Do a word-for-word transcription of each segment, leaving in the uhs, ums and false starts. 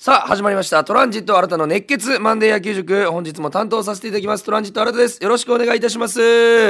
さあ始まりましたトランジット新たの熱血マンデー野球塾。本日も担当させていただきますトランジット新たです。よろしくお願いいたします。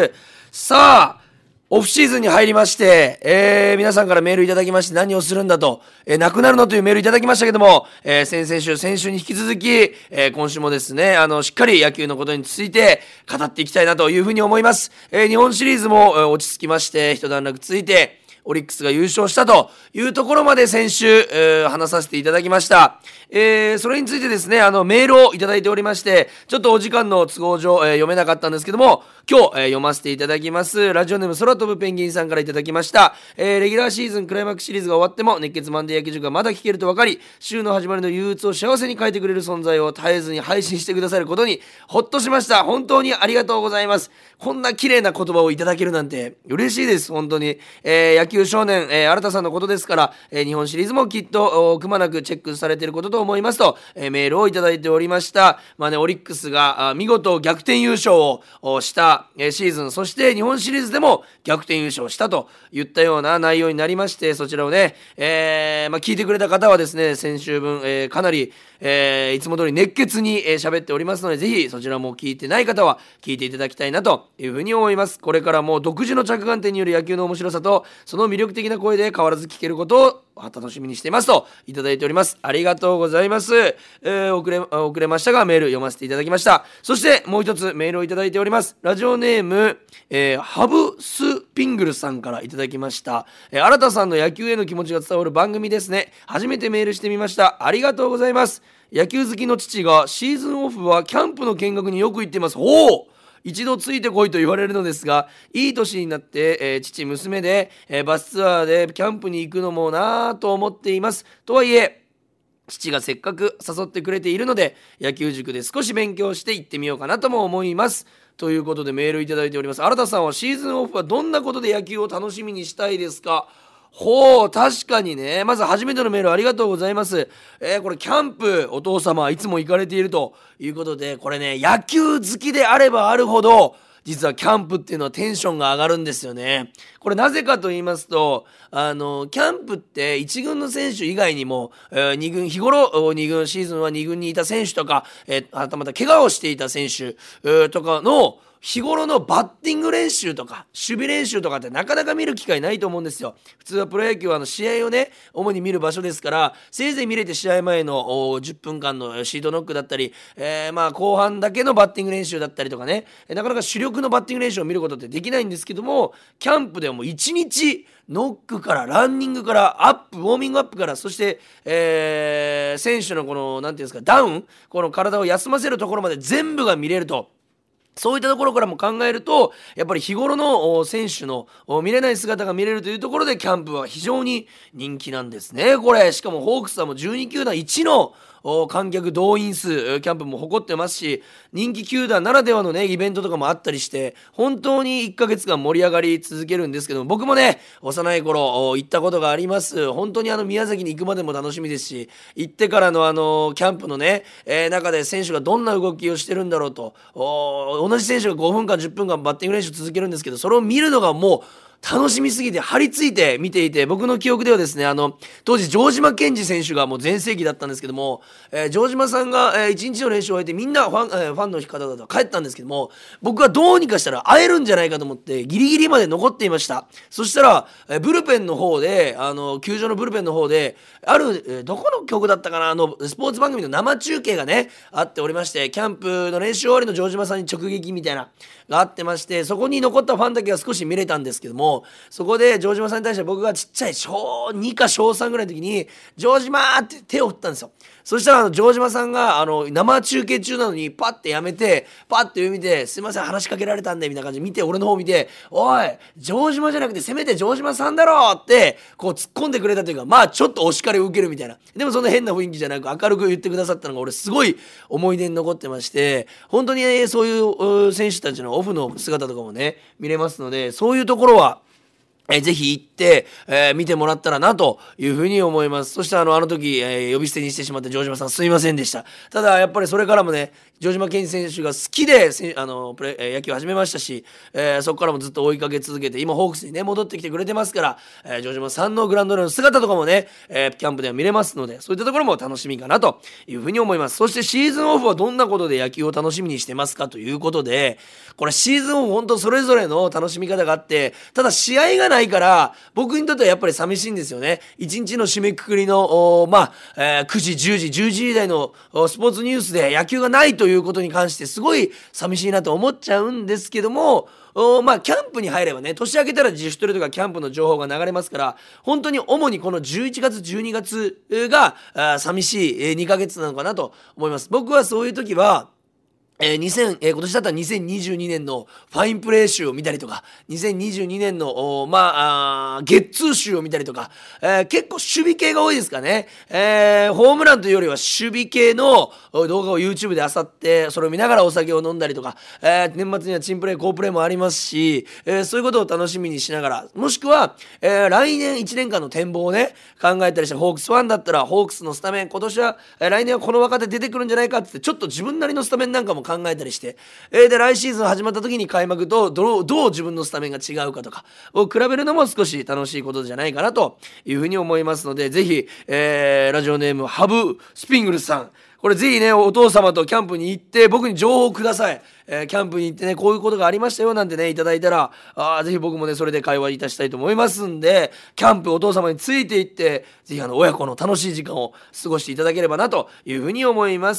さあオフシーズンに入りまして、えー、皆さんからメールいただきまして、何をするんだと、えー、なくなるのというメールいただきましたけども、えー、先々週先週に引き続き、えー、今週もですねあのしっかり野球のことについて語っていきたいなというふうに思います。えー、日本シリーズも、えー、落ち着きまして一段落ついてオリックスが優勝したというところまで先週、えー、話させていただきました。えー、それについてですねあのメールをいただいておりまして、ちょっとお時間の都合上、えー、読めなかったんですけども、今日、えー、読ませていただきます。ラジオネーム空飛ぶペンギンさんからいただきました。えー、レギュラーシーズンクライマックスシリーズが終わっても熱血マンデー野球塾がまだ聞けると分かり、週の始まりの憂鬱を幸せに変えてくれる存在を絶えずに配信してくださることにほっとしました。本当にありがとうございます。こんな綺麗な言葉をいただけるなんて嬉しいです。本当に、えー、野球少年、えー、新田さんのことですから、えー、日本シリーズもきっとくまなくチェックされていることと思いますと、えー、メールをいただいておりました。まあね、オリックスがあ見事逆転優勝をした、えー、シーズン、そして日本シリーズでも逆転優勝したといったような内容になりまして、そちらをね、えーまあ、聞いてくれた方はですね先週分、えー、かなり、えー、いつも通り熱血に喋、えー、っておりますので、ぜひそちらも聞いてない方は聞いていただきたいなというふうに思います。これからも独自の着眼点による野球の面白さとその魅力的な声で変わらず聞けることを楽しみにしていますといただいております。ありがとうございます。えー、遅れ遅れましたがメール読ませていただきました。そしてもう一つメールをいただいております。ラジオネーム、えー、ハブスピングルさんからいただきました。えー、新田さんの野球への気持ちが伝わる番組ですね。初めてメールしてみました。ありがとうございます。野球好きの父がシーズンオフはキャンプの見学によく行っています。おお、一度ついてこいと言われるのですが、いい年になって、えー、父娘で、えー、バスツアーでキャンプに行くのもなぁと思っています。とはいえ父がせっかく誘ってくれているので、野球塾で少し勉強して行ってみようかなとも思います。ということでメールいただいております。新田さんはシーズンオフはどんなことで野球を楽しみにしたいですか？ほう、確かにね。まず初めてのメールありがとうございます。えー、これキャンプお父様いつも行かれているということで、これね野球好きであればあるほど実はキャンプっていうのはテンションが上がるんですよね。これなぜかと言いますと、あのキャンプって一軍の選手以外にも、えー、二軍日頃二軍シーズンは二軍にいた選手とか、えー、はたまた怪我をしていた選手、えー、とかの日頃のバッティング練習とか守備練習とかってなかなか見る機会ないと思うんですよ。普通はプロ野球はあの試合をね主に見る場所ですから、せいぜい見れて試合前のじゅっぷんかんのシートノックだったり、えー、まあ後半だけのバッティング練習だったりとかね、なかなか主力のバッティング練習を見ることってできないんですけども、キャンプではもういちにちノックからランニングからアップウォーミングアップから、そして、えー、選手のこのなんていうんですかダウン、この体を休ませるところまで全部が見れると。そういったところからも考えると、やっぱり日頃の選手の見れない姿が見れるというところでキャンプは非常に人気なんですね。これしかもホークスはもうじゅうにきゅうだんいちの観客動員数キャンプも誇ってますし、人気球団ならではのねイベントとかもあったりして、本当にいっかげつかん盛り上がり続けるんですけども、僕もね幼い頃行ったことがあります。本当にあの宮崎に行くまでも楽しみですし、行ってからのあのキャンプのね、えー、中で選手がどんな動きをしてるんだろうと、同じ選手がごふんかんじゅっぷんかんバッティング練習続けるんですけど、それを見るのがもう楽しみすぎて張り付いて見ていて、僕の記憶ではですねあの当時城島健二選手がもう全盛期だったんですけども、えー、城島さんが、えー、いちにちの練習を終えてみんなファン、えー、ファンの方々帰ったんですけども、僕はどうにかしたら会えるんじゃないかと思ってギリギリまで残っていました。そしたら、えー、ブルペンの方であの球場のブルペンの方である、えー、どこの局だったかな、あのスポーツ番組の生中継がねあっておりまして、キャンプの練習終わりの城島さんに直撃みたいながあってまして、そこに残ったファンだけは少し見れたんですけども、そこで城島さんに対して僕がちっちゃい小にか小さんぐらいの時に城島って手を振ったんですよ。そしたらあの城島さんがあの生中継中なのにパッてやめてパッて上見て、すいません話しかけられたんでみたいな感じで見て、俺の方見て、おい城島じゃなくてせめて城島さんだろってこう突っ込んでくれたというか、まあちょっとお叱りを受けるみたいな、でもそんな変な雰囲気じゃなく明るく言ってくださったのが俺すごい思い出に残ってまして、本当に、ね、そういう選手たちのオフの姿とかもね見れますので、そういうところはえー、ぜひ行って、えー、見てもらったらなというふうに思います。そしてあの、あの時、えー、呼び捨てにしてしまった城島さんすいませんでした。ただやっぱりそれからもね、城島健司選手が好きであのプレ、えー、野球を始めましたし、えー、そこからもずっと追いかけ続けて、今ホークスにね、戻ってきてくれてますから、えー、城島さんのグラウンドでの姿とかもね、えー、キャンプでは見れますので、そういったところも楽しみかなというふうに思います。そしてシーズンオフはどんなことで野球を楽しみにしてますかということで、これシーズンオフ本当それぞれの楽しみ方があって、ただ試合がないから、僕にとってはやっぱり寂しいんですよね。一日の締めくくりの、まあ、えー、くじ、じゅうじ、じゅうじ台のスポーツニュースで野球がないということに関してすごい寂しいなと思っちゃうんですけども、まあ、キャンプに入ればね、年明けたら自主トレとかキャンプの情報が流れますから、本当に主にこのじゅういちがつ、じゅうにがつが寂しいにかげつなのかなと思います。僕はそういう時は、えー、にせんえー、今年だったらにせんにじゅうにねんのファインプレー集を見たりとか、にせんにじゅうにねんのまあ、あゲッツー集を見たりとか、えー、結構守備系が多いですかね、えー、ホームランというよりは守備系の動画を YouTube で漁って、それを見ながらお酒を飲んだりとか、えー、年末にはチンプレー好プレーもありますし、えー、そういうことを楽しみにしながら、もしくは、えー、来年いちねんかんの展望をね考えたりして、ホークスファンだったらホークスのスタメン今年は、えー、来年はこの若手出てくるんじゃないかってちょっと自分なりのスタメンなんかも考えたりして、えー、で来シーズン始まった時に開幕とどう、どう自分のスタメンが違うかとかを比べるのも少し楽しいことじゃないかなというふうに思いますので、ぜひ、えー、ラジオネームハブスピングルさん、これぜひねお父様とキャンプに行って僕に情報をください。えー、キャンプに行ってねこういうことがありましたよなんてねいただいたら、あぜひ僕もねそれで会話いたしたいと思いますんで、キャンプお父様について行ってぜひあの親子の楽しい時間を過ごしていただければなというふうに思います。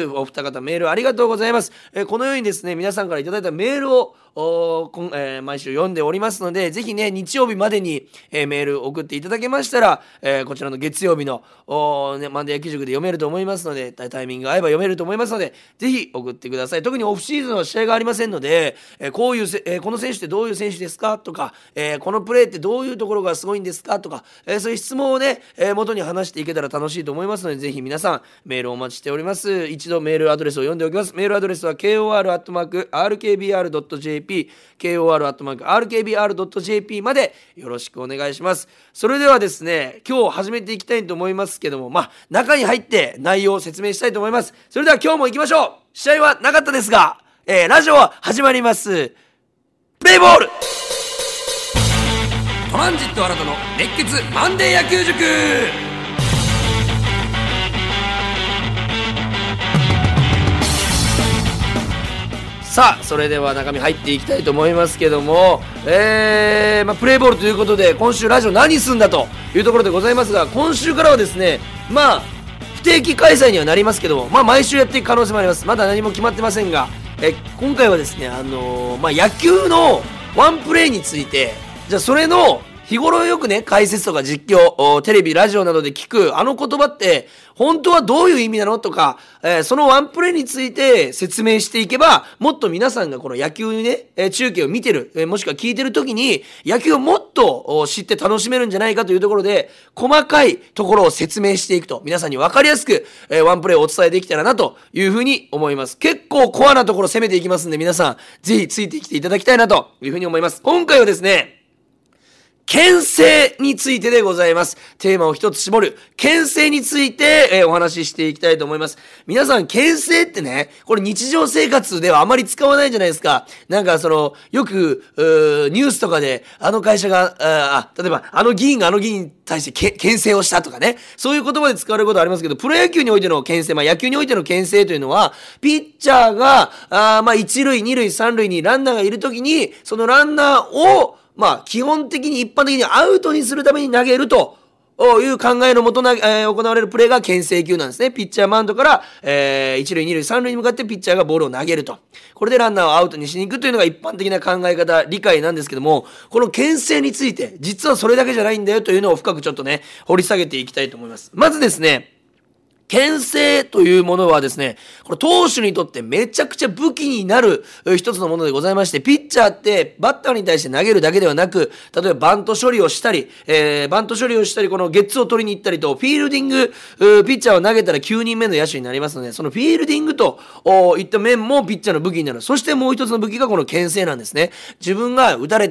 お二方メールありがとうございます。えー、このようにですね皆さんからいただいたメールをおこん、えー、毎週読んでおりますので、ぜひね日曜日までに、えー、メール送っていただけましたら、えー、こちらの月曜日のお、ね、マンデー野球塾で読めると思いますので、タイミングが合えば読めると思いますので、ぜひ送ってください。特にオフシーズンは試合がありませんので、えー、こういうせ、えー、この選手ってどういう選手ですかとか、えー、このプレーってどういうところがすごいんですかとか、えー、そういう質問をね、えー、元に話していけたら楽しいと思いますので、ぜひ皆さんメールをお待ちしております。一度メールアドレスを読んでおきます。メールアドレスは ケーオーアール アットマーク アールケービーアール ドット ジェーピー ケーオーアール アットマーク アールケービーアール ドット ジェーピー までよろしくお願いします。それではですね今日始めていきたいと思いますけども、まあ中に入って内容を説明したいと思います。それでは今日も行きましょう。試合はなかったですが、えー、ラジオは始まります。プレイボールトランジット新たの熱血マンデー野球塾。さあそれでは中身入っていきたいと思いますけども、えーまあ、プレイボールということで今週ラジオ何すんだというところでございますが、今週からはですねまあ不定期開催にはなりますけども、まあ毎週やっていく可能性もあります。まだ何も決まってませんが、え今回はですねあのー、まあ野球のワンプレーについて、じゃあそれの日頃よくね解説とか実況テレビラジオなどで聞くあの言葉って本当はどういう意味なのとか、えー、そのワンプレーについて説明していけば、もっと皆さんがこの野球にね、えー、中継を見てる、えー、もしくは聞いてる時に野球をもっと知って楽しめるんじゃないかというところで、細かいところを説明していくと皆さんに分かりやすく、えー、ワンプレーをお伝えできたらなというふうに思います。結構コアなところ攻めていきますんで、皆さんぜひついてきていただきたいなというふうに思います。今回はですね牽制についてでございます。テーマを一つ絞る牽制について、えー、お話ししていきたいと思います。皆さん牽制ってね、これ日常生活ではあまり使わないじゃないですか。なんかそのよくニュースとかであの会社があ例えばあの議員があの議員に対して牽制をしたとかね、そういう言葉で使われることありますけど、プロ野球においての牽制、まあ野球においての牽制というのはピッチャーがあまあ一塁二塁三塁にランナーがいるときに、そのランナーをまあ基本的に一般的にアウトにするために投げるという考えのもとな、えー、行われるプレーが牽制球なんですね。ピッチャーマウンドから、えー、一塁二塁三塁に向かってピッチャーがボールを投げると、これでランナーをアウトにしに行くというのが一般的な考え方理解なんですけども、この牽制について実はそれだけじゃないんだよというのを深くちょっとね掘り下げていきたいと思います。まずですね牽制というものはですね、これ投手にとってめちゃくちゃ武器になる一つのものでございまして、ピッチャーってバッターに対して投げるだけではなく、例えばバント処理をしたり、えー、バント処理をしたり、このゲッツーを取りに行ったりと、フィールディング、ピッチャーを投げたらきゅうにんめの野手になりますので、そのフィールディングといった面もピッチャーの武器になる。そしてもう一つの武器がこの牽制なんですね。自分が打たれたり、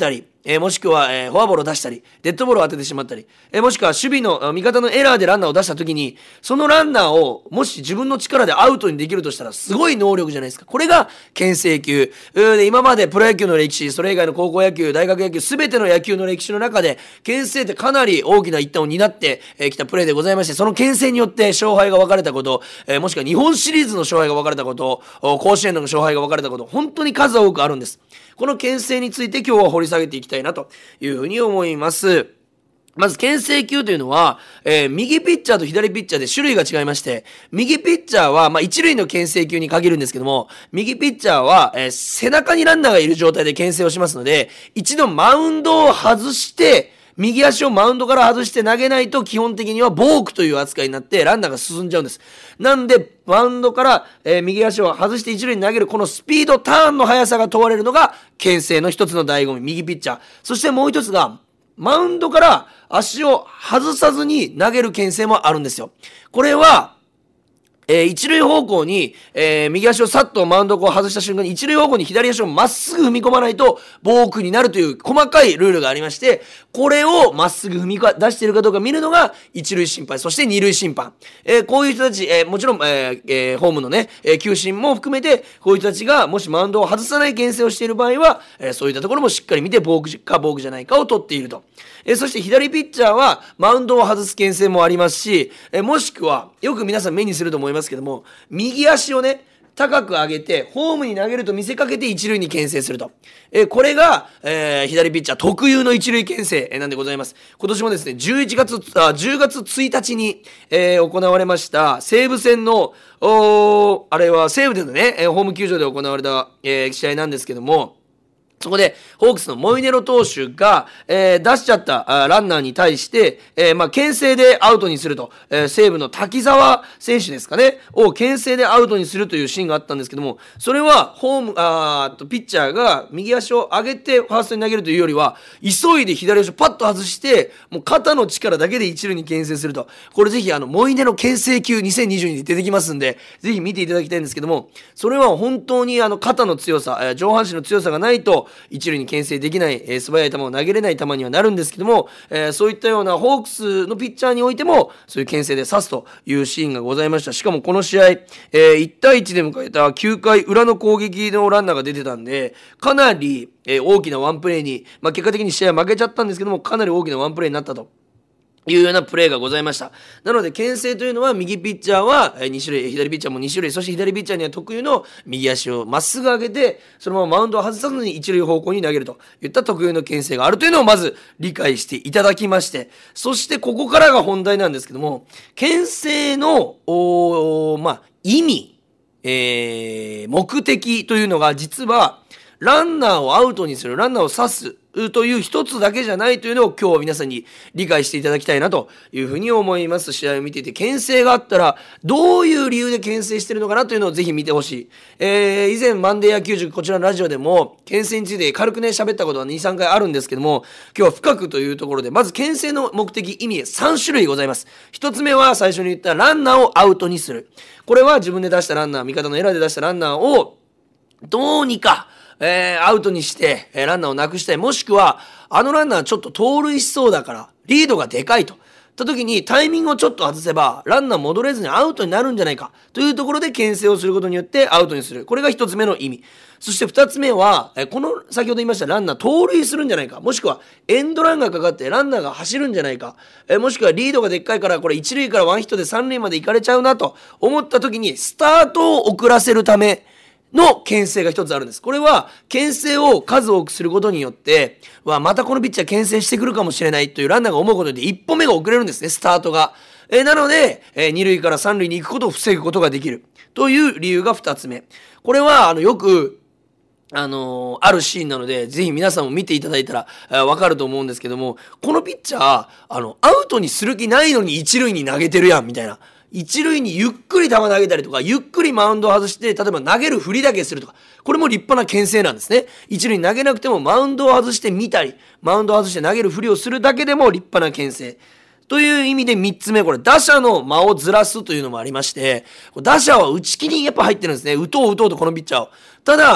えー、もしくは、えー、フォアボールを出したり、デッドボールを当ててしまったり、えー、もしくは守備の味方のエラーでランナーを出した時に、そのランナーをもし自分の力でアウトにできるとしたらすごい能力じゃないですか。これが牽制球。で今までプロ野球の歴史、それ以外の高校野球、大学野球、すべての野球の歴史の中で、牽制ってかなり大きな一端を担ってきたプレーでございまして、その牽制によって勝敗が分かれたこと、えー、もしくは日本シリーズの勝敗が分かれたこと、甲子園の勝敗が分かれたこと、本当に数多くあるんです。この牽制について今日は掘り下げていきたいなというふうに思います。まず牽制球というのは、えー、右ピッチャーと左ピッチャーで種類が違いまして、右ピッチャーは、まあ、一塁の牽制球に限るんですけども、右ピッチャーは、えー、背中にランナーがいる状態で牽制をしますので、一度マウンドを外して、右足をマウンドから外して投げないと基本的にはボークという扱いになってランナーが進んじゃうんです。なんでマウンドから、えー、右足を外して一塁に投げるこのスピードターンの速さが問われるのが牽制の一つの醍醐味、右ピッチャー。そしてもう一つがマウンドから足を外さずに投げる牽制もあるんですよ。これはえー、一塁方向に、えー、右足をさっとマウンドを外した瞬間に一塁方向に左足をまっすぐ踏み込まないとボークになるという細かいルールがありまして、これをまっすぐ踏み出しているかどうか見るのが一塁審判、そして二塁審判、えー、こういう人たち、えー、もちろん、えーえー、ホームのね、えー、球審も含めてこういう人たちがもしマウンドを外さない牽制をしている場合は、えー、そういったところもしっかり見てボークかボークじゃないかを取っていると。えー、そして左ピッチャーはマウンドを外す牽制もありますし、えー、もしくはよく皆さん目にすると思いますけども、右足をね高く上げてホームに投げると見せかけて一塁に牽制すると、えー、これが、えー、左ピッチャー特有の一塁牽制なんでございます。今年もですねじゅういちがつあじゅうがつついたちに、えー、行われました西武戦のおあれは西武でのねホーム球場で行われた、えー、試合なんですけども、そこでホークスのモイネロ投手が、えー、出しちゃったランナーに対して、えー、まあ牽制でアウトにすると、えー、西武の滝沢選手ですかねを牽制でアウトにするというシーンがあったんですけども、それはホームあーピッチャーが右足を上げてファーストに投げるというよりは急いで左足をパッと外してもう肩の力だけで一塁に牽制すると。これぜひあのモイネロ牽制球にせんにじゅうにで出てきますんで、ぜひ見ていただきたいんですけども、それは本当にあの肩の強さ、えー、上半身の強さがないと一塁に牽制できない、えー、素早い球を投げれない球にはなるんですけども、えー、そういったようなホークスのピッチャーにおいてもそういう牽制で刺すというシーンがございました。しかもこの試合、えー、いちたいいちで迎えたきゅうかい裏の攻撃のランナーが出てたんで、かなり、えー、大きなワンプレーに、まあ、結果的に試合は負けちゃったんですけども、かなり大きなワンプレーになったというようなプレーがございました。なので牽制というのは右ピッチャーはに種類、左ピッチャーもに種類、そして左ピッチャーには特有の右足をまっすぐ上げてそのままマウンドを外さずに一塁方向に投げるといった特有の牽制があるというのをまず理解していただきまして、そしてここからが本題なんですけども、牽制のお、まあ、意味、えー、目的というのが実はランナーをアウトにする、ランナーを刺すという一つだけじゃないというのを今日は皆さんに理解していただきたいなというふうに思います。試合を見ていて牽制があったらどういう理由で牽制しているのかなというのをぜひ見てほしい。えー、以前マンデー野球塾こちらのラジオでも牽制について軽くね喋ったことは にさんかいあるんですけども、今日は深くというところでまず牽制の目的意味さん種類ございます。一つ目は最初に言ったランナーをアウトにする。これは自分で出したランナー、味方のエラーで出したランナーをどうにかえー、アウトにして、えー、ランナーをなくしたい。もしくはあのランナーちょっと盗塁しそうだからリードがでかいといった時にタイミングをちょっと外せばランナー戻れずにアウトになるんじゃないかというところで牽制をすることによってアウトにする。これが一つ目の意味。そして二つ目は、えー、この先ほど言いましたランナー盗塁するんじゃないか、もしくはエンドランがかかってランナーが走るんじゃないか、えー、もしくはリードがでっかいからこれ一塁からワンヒットで三塁まで行かれちゃうなと思った時にスタートを遅らせるための牽制が一つあるんです。これは牽制を数多くすることによってはまたこのピッチャー牽制してくるかもしれないというランナーが思うことで一歩目が遅れるんですね、スタートが。えー、なので、えー、二塁から三塁に行くことを防ぐことができるという理由が二つ目。これはあのよくあのー、あるシーンなのでぜひ皆さんも見ていただいたら、えー、わかると思うんですけども、このピッチャーあのアウトにする気ないのに一塁に投げてるやんみたいな、一塁にゆっくり球投げたりとかゆっくりマウンドを外して例えば投げる振りだけするとか、これも立派な牽制なんですね。一塁に投げなくてもマウンドを外してみたりマウンドを外して投げる振りをするだけでも立派な牽制という意味でみっつめ、これ打者の間をずらすというのもありまして、打者は打ち気にやっぱ入ってるんですね。打とう打とうとこのピッチャーを。ただ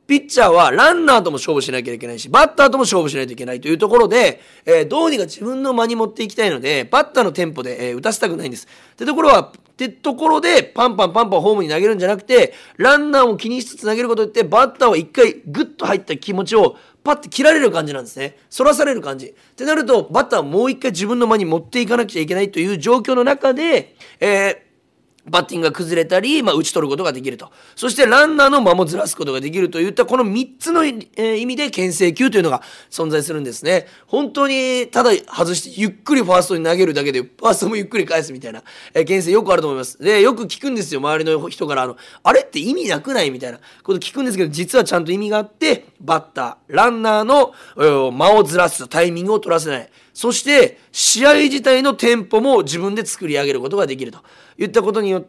ピッチャーはランナーとも勝負しなきゃいけないし、バッターとも勝負しないといけないというところで、えー、どうにか自分の間に持っていきたいので、バッターのテンポで、えー、打たせたくないんです。ってところは、ってところで、パンパンパンパンホームに投げるんじゃなくて、ランナーを気にしつつ投げることによって、バッターは一回グッと入った気持ちをパッて切られる感じなんですね。反らされる感じ。ってなると、バッターはもう一回自分の間に持っていかなくちゃいけないという状況の中で、えーバッティングが崩れたり、まあ、打ち取ることができると。そしてランナーの間もずらすことができるといったこのみっつの、えー、意味で牽制球というのが存在するんですね。本当にただ外してゆっくりファーストに投げるだけでファーストもゆっくり返すみたいな、えー、牽制よくあると思います。で、よく聞くんですよ、周りの人から。あの、あれって意味なくないみたいなこと聞くんですけど、実はちゃんと意味があって、バッター、ランナーの、えー、間をずらす、タイミングを取らせない。そして、試合自体のテンポも自分で作り上げることができるといったことによって、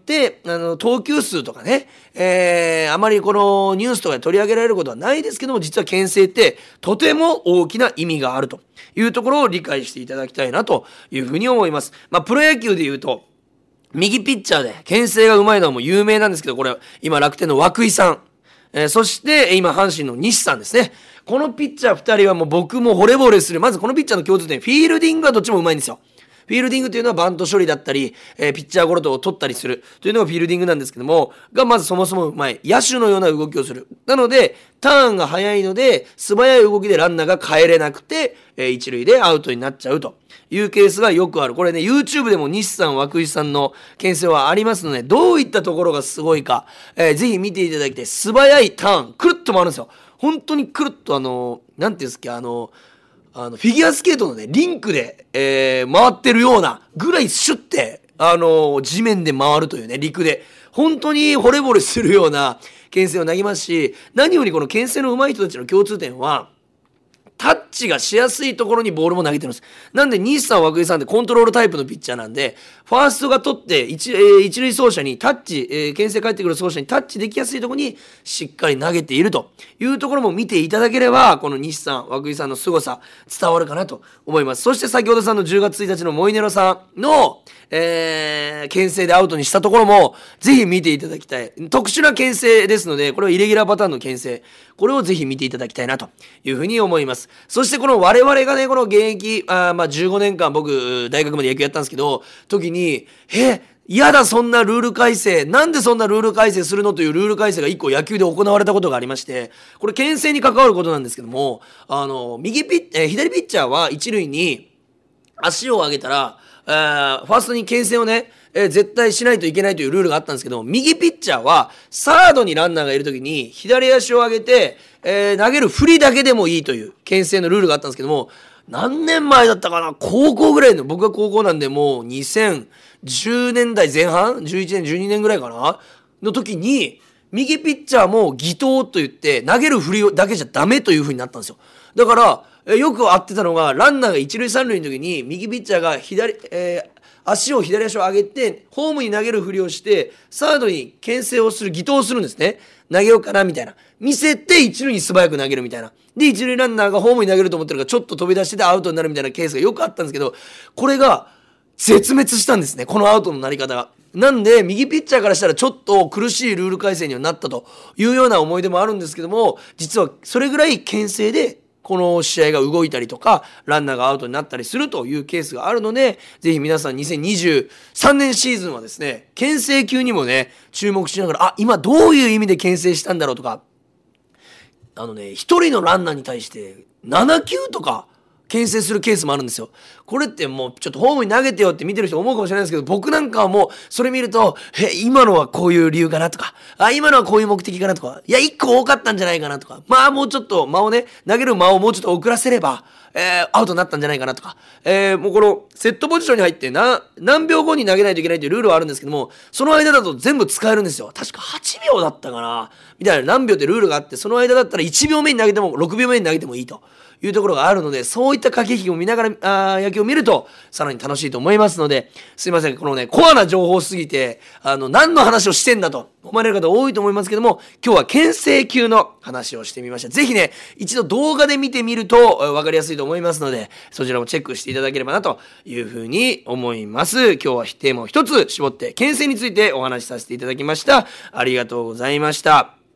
あの、投球数とかね、えー、あまりこのニュースとかで取り上げられることはないですけども、実は牽制ってとても大きな意味があるというところを理解していただきたいなというふうに思います。まあ、プロ野球で言うと、右ピッチャーで牽制がうまいのはもう有名なんですけど、これ、今楽天の涌井さん。えー、そして今阪神の西さんですね。このピッチャーふたりはもう僕も惚れ惚れする。まずこのピッチャーの共通点、フィールディングはどっちもうまいんですよ。フィールディングというのはバント処理だったり、えー、ピッチャーゴロを取ったりするというのがフィールディングなんですけども、がまずそもそもうまい。野手のような動きをする。なので、ターンが速いので、素早い動きでランナーが帰れなくて、えー、一塁でアウトになっちゃうというケースがよくある。これね、YouTube でも西さん、涌井さんの牽制はありますので、どういったところがすごいか、えー、ぜひ見ていただきたい。素早いターン、くるっと回るんですよ。本当にくるっとあの、なんていうんですか、あの、あのフィギュアスケートのねリンクで、えー、回ってるようなぐらいシュッて、あのー、地面で回るというね、陸で本当に惚れ惚れするような牽制を投げますし、何よりこの牽制の上手い人たちの共通点はタッチがしやすいところにボールも投げてるんです。なんで西さん、涌井さんってコントロールタイプのピッチャーなんで、ファーストが取って一、えー、一塁走者にタッチ、えー、牽制返ってくる走者にタッチできやすいところにしっかり投げているというところも見ていただければ、この西さん、涌井さんの凄さ伝わるかなと思います。そして先ほどさんのじゅうがつついたちのモイネロさんの、えー、牽制でアウトにしたところもぜひ見ていただきたい。特殊な牽制ですので、これはイレギュラーパターンの牽制、これをぜひ見ていただきたいなというふうに思います。そしてこの我々がね、この現役、あまあじゅうごねんかん僕、大学まで野球やったんですけど、時に、え、嫌だそんなルール改正、なんでそんなルール改正するのというルール改正が一個野球で行われたことがありまして、これ牽制に関わることなんですけども、あの、右ピッ、えー、左ピッチャーは一塁に足を上げたら、えー、ファーストに牽制をね、えー、絶対しないといけないというルールがあったんですけど、右ピッチャーはサードにランナーがいるときに左足を上げて、えー、投げる振りだけでもいいという牽制のルールがあったんですけども、何年前だったかな、高校ぐらいの、僕が高校なんでもうにせんじゅうねんだいぜん半、じゅういちねんじゅうにねんぐらいかなの時に、右ピッチャーも偽投と言って投げる振りだけじゃダメという風になったんですよ。だからえよくあってたのが、ランナーが一塁三塁の時に右ピッチャーが左、えー、足を左足を上げてホームに投げるふりをしてサードに牽制をする、偽投をするんですね。投げようかなみたいな見せて一塁に素早く投げるみたいなで、一塁ランナーがホームに投げると思ってるからちょっと飛び出しててアウトになるみたいなケースがよくあったんですけど、これが絶滅したんですね、このアウトのなり方が。なんで右ピッチャーからしたらちょっと苦しいルール改正にはなったというような思い出もあるんですけども、実はそれぐらい牽制でこの試合が動いたりとかランナーがアウトになったりするというケースがあるので、ぜひ皆さんにせんにじゅうさんねんシーズンはですね、牽制球にもね注目しながら、あ、今どういう意味で牽制したんだろうとか、あのね、一人のランナーに対してななきゅうとか牽制するケースもあるんですよ。これってもうちょっとホームに投げてよって見てる人思うかもしれないですけど、僕なんかはもうそれ見ると、え、今のはこういう理由かなとか、あ、今のはこういう目的かなとか、いや、一個多かったんじゃないかなとか、まあもうちょっと間をね、投げる間をもうちょっと遅らせれば、えー、アウトになったんじゃないかなとか、えー、もうこのセットポジションに入ってな何秒後に投げないといけないというルールはあるんですけども、その間だと全部使えるんですよ。確かはちびょうだったかなみたいな、何秒ってルールがあって、その間だったらいちびょうめに投げてもろくびょうめに投げてもいいというところがあるので、そういった駆け引きを見ながらあ野球を見るとさらに楽しいと思いますので、すいません、このねコアな情報すぎてあの何の話をしてんだと思われる方多いと思いますけども、今日は牽制球の話をしてみました。ぜひね一度動画で見てみると分かりやすいと思いますので、そちらもチェックしていただければなというふうに思います。今日はテーマを一つ絞って牽制についてお話しさせていただきました。ありがとうございました。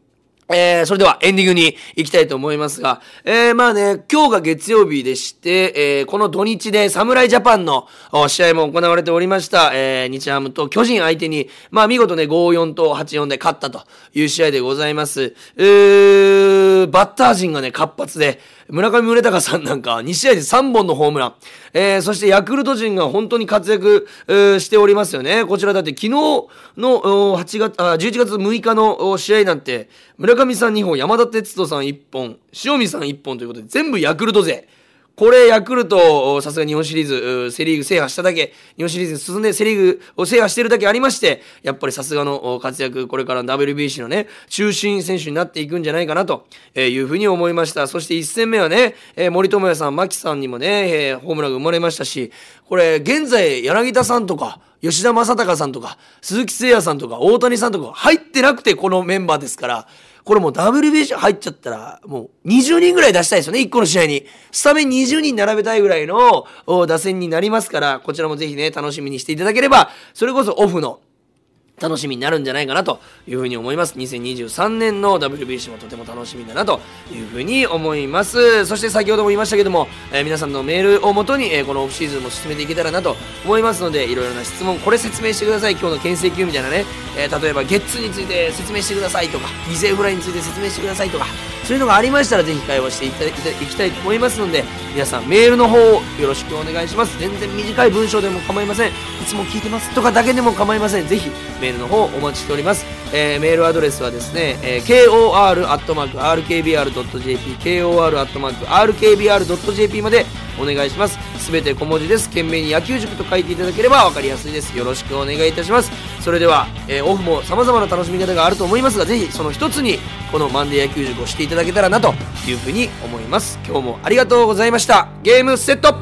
えー、それではエンディングに行きたいと思いますが、えー、まあね、今日が月曜日でして、えー、この土日で侍ジャパンの試合も行われておりました、えー、日ハムと巨人相手に、まあ見事ね、ごたいよんとはちたいよんで勝ったという試合でございます。えー、バッター陣がね、活発で、村上宗隆さんなんかに試合でさんぼんのホームラン、えー、そしてヤクルト陣が本当に活躍、えー、しておりますよね。こちらだって昨日のはちがつあじゅういちがつむいかの試合なんて村上さんにほん、山田哲人さんいっぽん、塩見さんいっぽんということで全部ヤクルト勢。これヤクルトさすが日本シリーズセリーグ制覇しただけ、日本シリーズに進んでセリーグを制覇しているだけありまして、やっぱりさすがの活躍、これからの ダブリュービーシー のね中心選手になっていくんじゃないかなというふうに思いました。そしていち戦目はね、森友哉さん、牧さんにもねホームランが生まれましたし、これ現在柳田さんとか吉田正尚さんとか鈴木誠也さんとか大谷さんとか入ってなくてこのメンバーですから、これもう ダブリュービーシー 入っちゃったらもうにじゅうにんぐらい出したいですよね。いっこの試合にスタメンにじゅうにん並べたいぐらいの打線になりますから、こちらもぜひね楽しみにしていただければ、それこそオフの楽しみになるんじゃないかなというふうに思います。にせんにじゅうさんねんの ダブリュービーシー もとても楽しみだなというふうに思います。そして先ほども言いましたけども、えー、皆さんのメールをもとに、えー、このオフシーズンも進めていけたらなと思いますので、いろいろな質問、これ説明してください、今日の牽制球みたいなね、えー、例えばゲッツーについて説明してくださいとか、犠牲フライについて説明してくださいとか、そういうのがありましたらぜひ会話していただきたいと思いますので、皆さんメールの方をよろしくお願いします。全然短い文章でも構いません。いつも聞いてますとかだけでも構いません。ぜひメールの方をお待ちしております。えー、メールアドレスはですね、えー、ケーオーアールアットマークアールケービーアールドットジェーピー ケーオーアールアットマークアールケービーアールドットジェーピー までお願いします。すべて小文字です。懸命に野球塾と書いていただければ分かりやすいです。よろしくお願いいたします。それでは、えー、オフも様々な楽しみ方があると思いますが、ぜひその一つにこのマンデー野球塾をしていただけたらなというふうに思います。今日もありがとうございました。ゲームセット。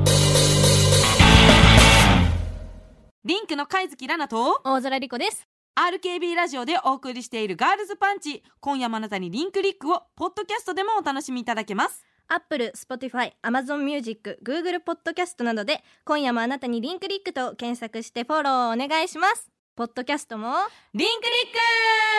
リンクの貝月ラナと大空莉子です。 アールケービー ラジオでお送りしているガールズパンチ、今夜もあなたにリンクリックをポッドキャストでもお楽しみいただけます。 Apple、Spotify、Amazon Music、Google ポッドキャストなどで今夜もあなたにリンクリックと検索してフォローお願いします。ポッドキャストもリンクリック。